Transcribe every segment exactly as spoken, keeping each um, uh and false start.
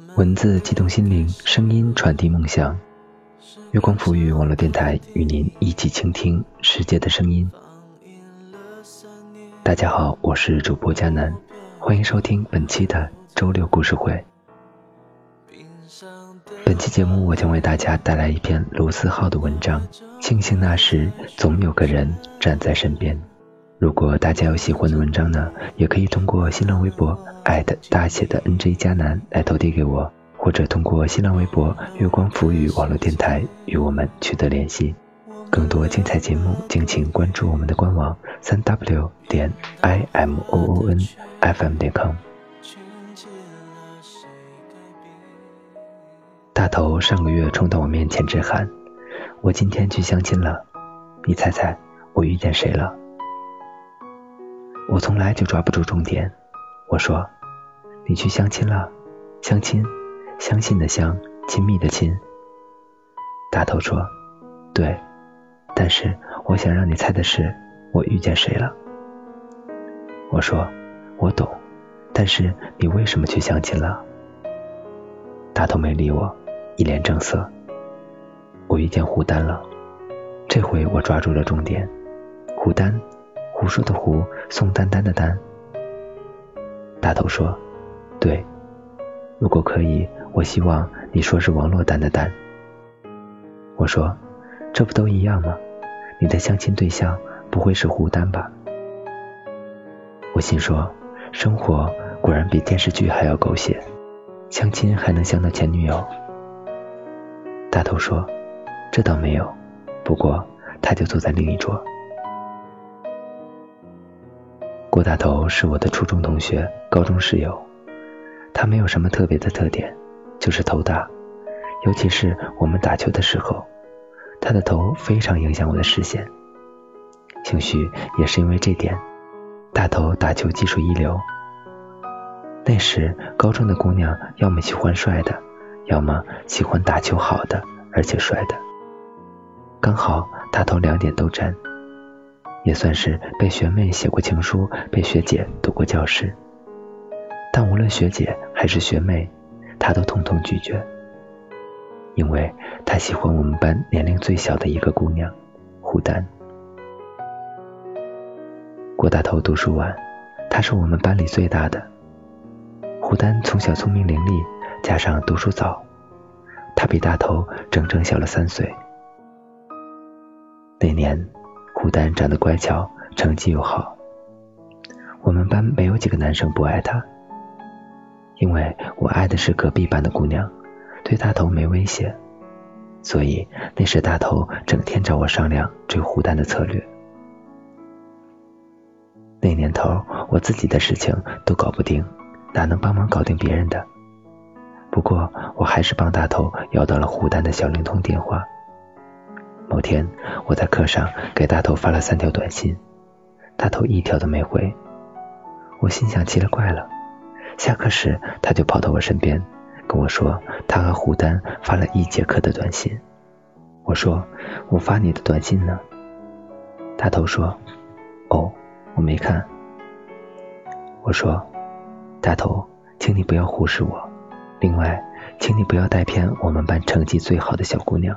文字激动心灵，声音传递梦想。月光浮语网络电台与您一起倾听世界的声音。大家好，我是主播佳南，欢迎收听本期的周六故事会。本期节目我将为大家带来一篇卢思浩的文章，庆幸那时总有个人站在身边。如果大家有喜欢的文章呢，也可以通过新浪微博艾特大写的 N J 佳南来投递给我，或者通过新浪微博月光浮语网络电台与我们取得联系。更多精彩节目敬请关注我们的官网 三 w 点 i m o o n f m 点 com。 大头上个月冲到我面前直喊，我今天去相亲了，你猜猜我遇见谁了？我从来就抓不住重点，我说，你去相亲了？相亲，相信的相，亲密的亲。大头说，对，但是我想让你猜的是我遇见谁了。我说，我懂，但是你为什么去相亲了？大头没理我，一脸正色。我遇见胡丹了。这回我抓住了重点，胡丹，胡说的胡，宋丹丹的丹。大头说，对，如果可以，我希望你说是王珞丹的丹。我说，这不都一样吗？你的相亲对象不会是胡丹吧？我心说，生活果然比电视剧还要狗血，相亲还能相到前女友。大头说，这倒没有，不过他就坐在另一桌。郭大头是我的初中同学，高中室友。他没有什么特别的特点，就是头大，尤其是我们打球的时候，他的头非常影响我的视线。兴许也是因为这点，大头打球技术一流。那时高中的姑娘要么喜欢帅的，要么喜欢打球好的而且帅的，刚好大头两点都沾，也算是被学妹写过情书，被学姐堵过教室。但无论学姐还是学妹，他都统统拒绝，因为他喜欢我们班年龄最小的一个姑娘，胡丹。郭大头读书晚，他是我们班里最大的。胡丹从小聪明伶俐，加上读书早，他比大头整整小了三岁。那年胡丹长得乖巧，成绩又好，我们班没有几个男生不爱他。因为我爱的是隔壁班的姑娘，对大头没威胁，所以那时大头整天找我商量追胡丹的策略。那年头我自己的事情都搞不定，哪能帮忙搞定别人的？不过我还是帮大头要到了胡丹的小灵通电话。某天我在课上给大头发了三条短信，大头一条都没回。我心想奇了怪了，下课时他就跑到我身边跟我说，他和胡丹发了一节课的短信。我说，我发你的短信呢？大头说，哦，我没看。我说，大头，请你不要忽视我，另外请你不要带偏我们班成绩最好的小姑娘。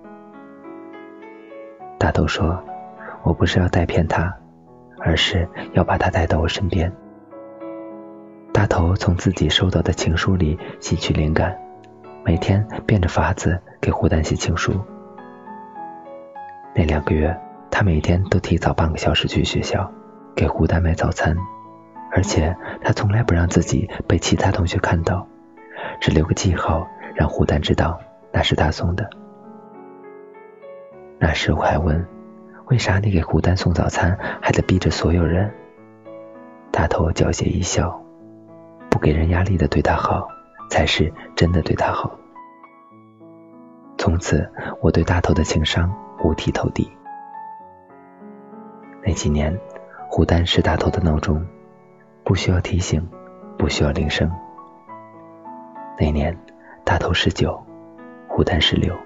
大头说，我不是要带偏她，而是要把她带到我身边。大头从自己收到的情书里汲取灵感，每天变着法子给胡丹写情书。那两个月，他每天都提早半个小时去学校，给胡丹买早餐，而且他从来不让自己被其他同学看到，只留个记号，让胡丹知道那是他送的。那时我还问，为啥你给胡丹送早餐还得逼着所有人？大头狡黠一笑，不给人压力的对他好，才是真的对他好。从此我对大头的情商五体投地。那几年胡丹是大头的闹钟，不需要提醒，不需要铃声。那年大头十九，胡丹十六。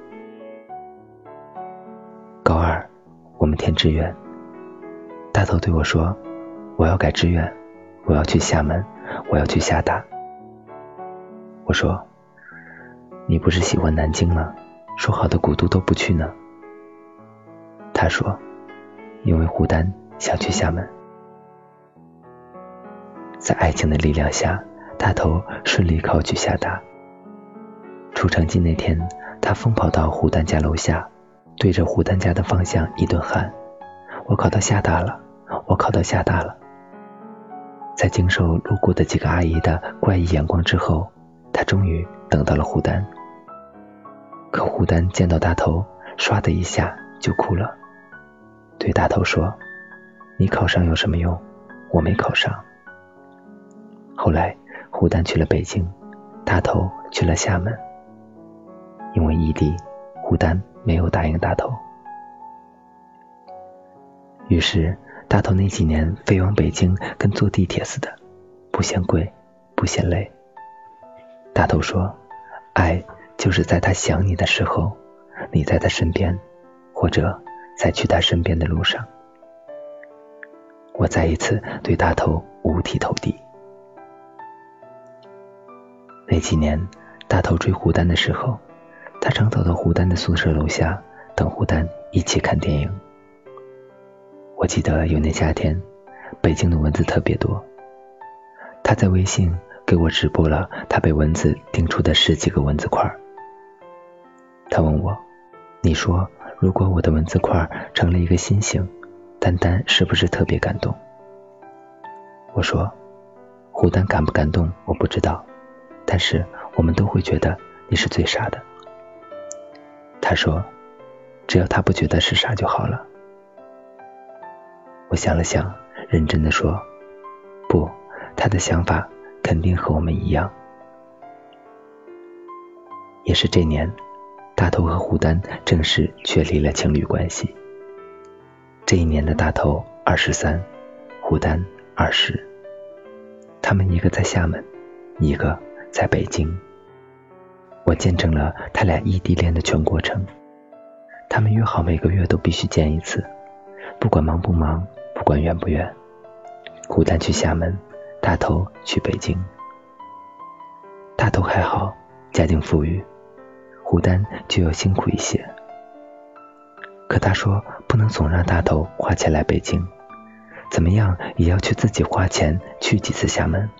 高二我们填志愿，大头对我说，我要改志愿，我要去厦门，我要去厦大。我说， 你不是喜欢南京吗？说好的古都都不去呢？他说，因为胡丹想去厦门。在爱情的力量下，大头顺利考取厦大。出成绩那天，他疯跑到胡丹家楼下，对着胡丹家的方向一顿喊，我考到厦大了，我考到厦大了。在经受路过的几个阿姨的怪异眼光之后，他终于等到了胡丹。可胡丹见到大头，唰的一下就哭了，对大头说，你考上有什么用？我没考上。后来胡丹去了北京，大头去了厦门。因为异地，胡丹没有答应大头。于是大头那几年飞往北京跟坐地铁似的，不嫌贵，不嫌累。大头说，爱就是在他想你的时候，你在他身边，或者在去他身边的路上。我再一次对大头五体投地。那几年大头追胡丹的时候，他常走到胡丹的宿舍楼下，等胡丹一起看电影。我记得有年夏天，北京的蚊子特别多，他在微信给我直播了他被蚊子叮出的十几个蚊子块。他问我，你说如果我的蚊子块成了一个心形，丹丹是不是特别感动？我说，胡丹感不感动我不知道，但是我们都会觉得你是最傻的。他说，只要他不觉得是傻就好了。我想了想，认真地说，不，他的想法肯定和我们一样。也是这年，大头和胡丹正式确立了情侣关系。这一年的大头二十三，胡丹二十，他们一个在厦门，一个在北京。我见证了他俩异地恋的全过程。他们约好每个月都必须见一次，不管忙不忙，不管远不远。胡丹去厦门，大头去北京。大头还好，家境富裕，胡丹就要辛苦一些。可他说不能总让大头花钱来北京，怎么样也要去自己花钱去几次厦门。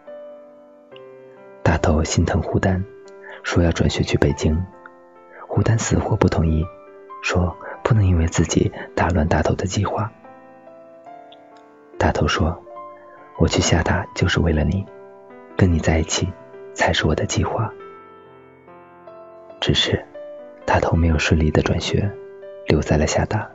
大头心疼胡丹，说要转学去北京。胡丹死活不同意，说不能因为自己打乱大头的计划。大头说，我去厦大就是为了你，跟你在一起才是我的计划。只是大头没有顺利的转学，留在了厦大。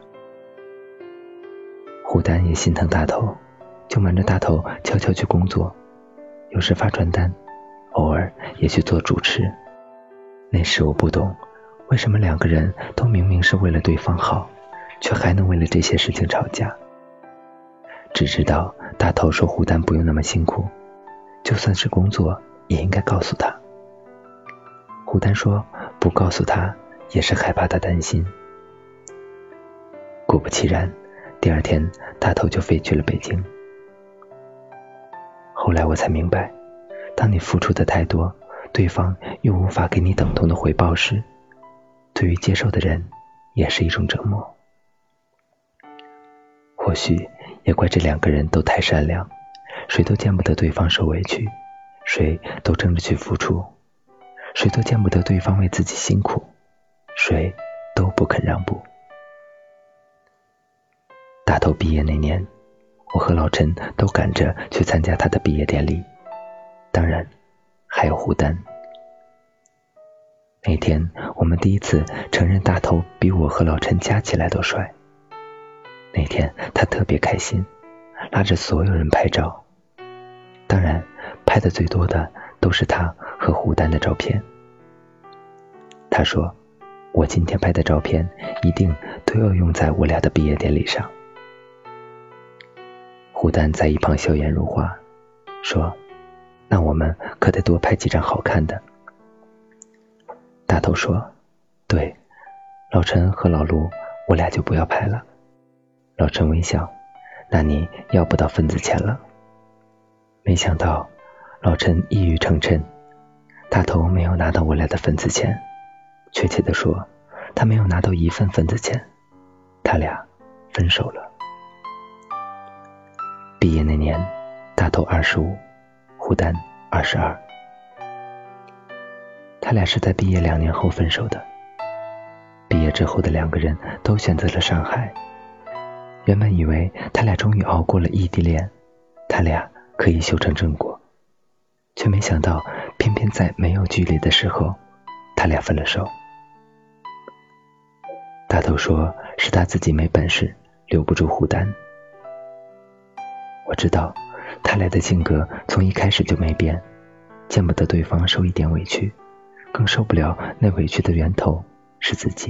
胡丹也心疼大头，就瞒着大头悄悄去工作，有时发传单，偶尔也去做主持。那时我不懂，为什么两个人都明明是为了对方好，却还能为了这些事情吵架。只知道大头说胡丹不用那么辛苦，就算是工作也应该告诉他。胡丹说不告诉他也是害怕他担心。果不其然，第二天大头就飞去了北京。后来我才明白，当你付出的太多，对方又无法给你等同的回报时，对于接受的人也是一种折磨。或许也怪这两个人都太善良，谁都见不得对方受委屈，谁都争着去付出，谁都见不得对方为自己辛苦，谁都不肯让步。大头毕业那年，我和老陈都赶着去参加他的毕业典礼，当然还有胡丹。那天我们第一次承认大头比我和老陈加起来都帅。那天他特别开心，拉着所有人拍照，当然拍的最多的都是他和胡丹的照片。他说，我今天拍的照片一定都要用在我俩的毕业典礼上。胡丹在一旁笑颜如花，说，那我们可得多拍几张好看的。大头说，对，老陈和老陆我俩就不要拍了。老陈微笑，那你要不到份子钱了。没想到老陈一语成谶， 大头没有拿到我俩的份子钱，确切地说，他没有拿到一份份子钱，他俩分手了。毕业那年，大头二十五，胡丹二十二。他俩是在毕业两年后分手的。毕业之后的两个人都选择了上海。原本以为他俩终于熬过了异地恋，他俩可以修成正果，却没想到偏偏在没有距离的时候，他俩分了手。大头说是他自己没本事，留不住胡丹。我知道他俩的性格从一开始就没变，见不得对方受一点委屈，更受不了那委屈的源头是自己。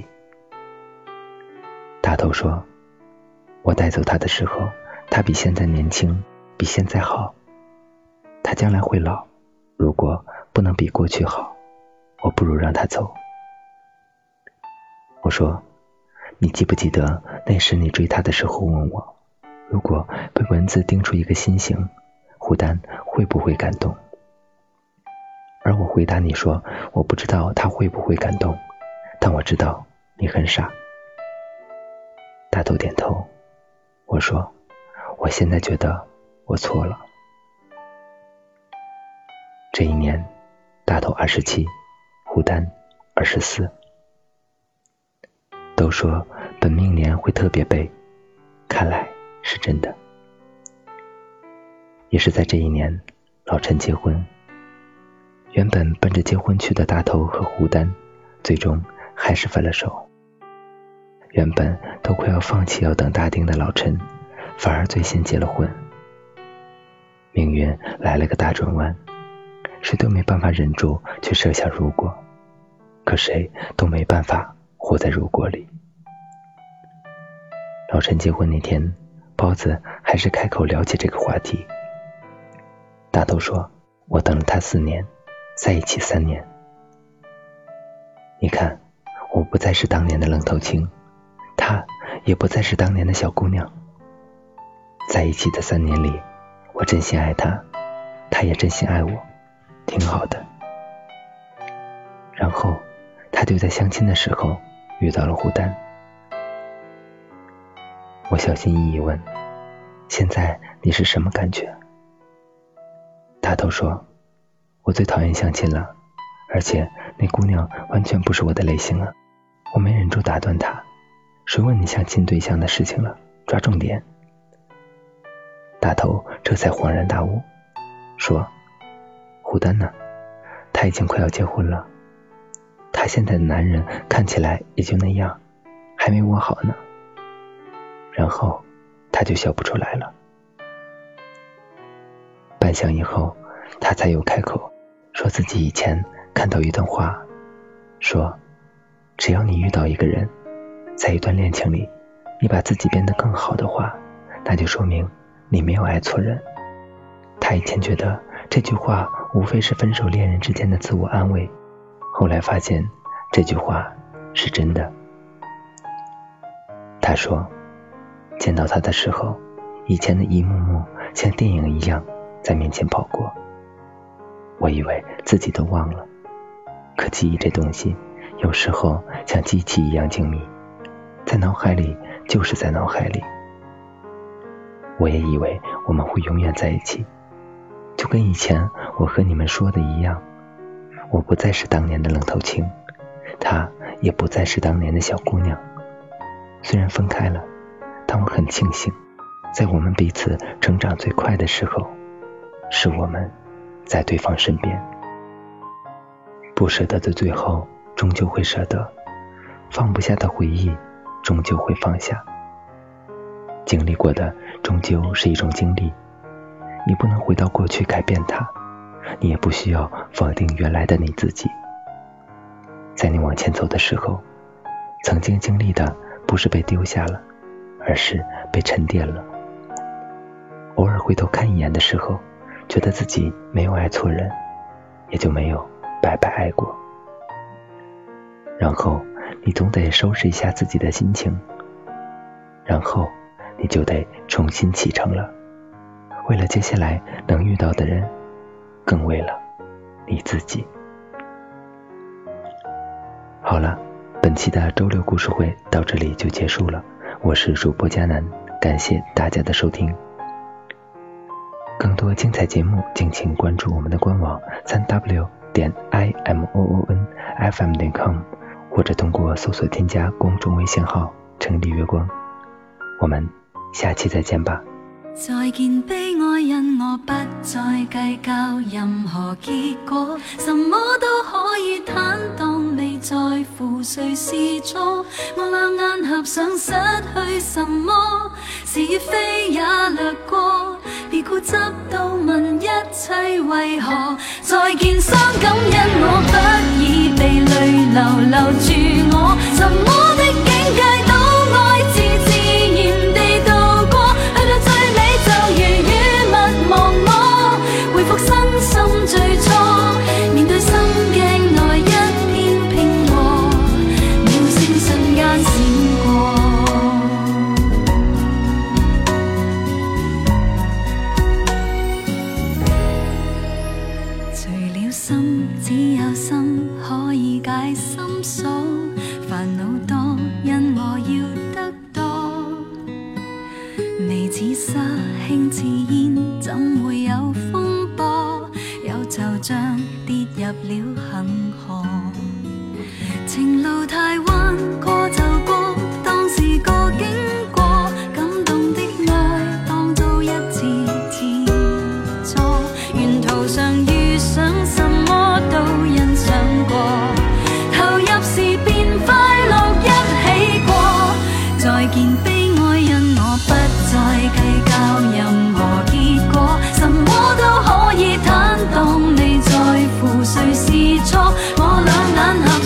大头说，我带走他的时候，他比现在年轻，比现在好。他将来会老，如果不能比过去好，我不如让他走。我说，你记不记得那时你追他的时候问我，如果被蚊子叮出一个心形，胡丹会不会感动？而我回答你说，我不知道他会不会感动，但我知道你很傻。大头点头。我说，我现在觉得我错了。这一年，大头二十七，胡丹二十四。都说本命年会特别背，看来是真的。也是在这一年，老陈结婚。原本奔着结婚去的大头和胡丹，最终还是分了手。原本都快要放弃要等大丁的老陈，反而最先结了婚。命运来了个大转弯，谁都没办法忍住去设想如果，可谁都没办法活在如果里。老陈结婚那天，包子还是开口聊起这个话题。大头说，我等了他四年，在一起三年。你看，我不再是当年的愣头青，她也不再是当年的小姑娘。在一起的三年里，我真心爱她，她也真心爱我，挺好的。然后她就在相亲的时候遇到了胡丹。我小心翼翼问，现在你是什么感觉？大头说，我最讨厌相亲了，而且那姑娘完全不是我的类型啊。我没忍住打断她，谁问你相亲对象的事情了？抓重点。大头这才恍然大悟，说，胡丹呢？他已经快要结婚了，他现在的男人看起来也就那样，还没我好呢。然后他就笑不出来了。半晌以后，他才又开口，说自己以前看到一段话，说只要你遇到一个人，在一段恋情里你把自己变得更好的话，那就说明你没有爱错人。他以前觉得这句话无非是分手恋人之间的自我安慰，后来发现这句话是真的。他说，见到他的时候，以前的一幕幕像电影一样在面前跑过，我以为自己都忘了。可记忆这东西有时候像机器一样精密，在脑海里就是在脑海里。我也以为我们会永远在一起，就跟以前我和你们说的一样，我不再是当年的愣头青，她也不再是当年的小姑娘。虽然分开了，但我很庆幸，在我们彼此成长最快的时候，是我们在对方身边。不舍得的最后终究会舍得，放不下的回忆终究会放下。经历过的终究是一种经历，你不能回到过去改变它，你也不需要否定原来的你自己。在你往前走的时候，曾经经历的不是被丢下了，而是被沉淀了。偶尔回头看一眼的时候，觉得自己没有爱错人，也就没有白白爱过。然后你总得收拾一下自己的心情，然后你就得重新启程了，为了接下来能遇到的人，更为了你自己。 好了，本期的周六故事会到这里就结束了，我是主播佳南，感谢大家的收听。更多精彩节目敬请关注我们的官网 三 w 点 i m o o n f m 点 com， 或者通过搜索添加公众微信号城里月光。我们下期再见吧。 再见悲哀，因我不再计较任何结果，什么都可以坦荡，未在乎谁是错。我两眼合上，失去什么，是与非也掠过，别固执到问一切为何。再见伤感，因我不已被泪流留住我，什么的境界都爱自自然地度过，去到最美就如雨勿忘我，回复身心最初，面對心鏡內一片平和，秒星瞬間閃過。除了心，只有心可以解心鎖，煩惱多，因我要得多。你似沙，輕似煙，怎會有風波？有就像跌入了恒河。情路太彎，過就過，當是個經過。感動的愛，當做一次自錯。沿途上遇上什麼都欣賞過，投入時便快樂一起過。再見悲哀，因我不再計較任何結果，什麼都可以坦蕩，未在乎誰是錯。我兩眼合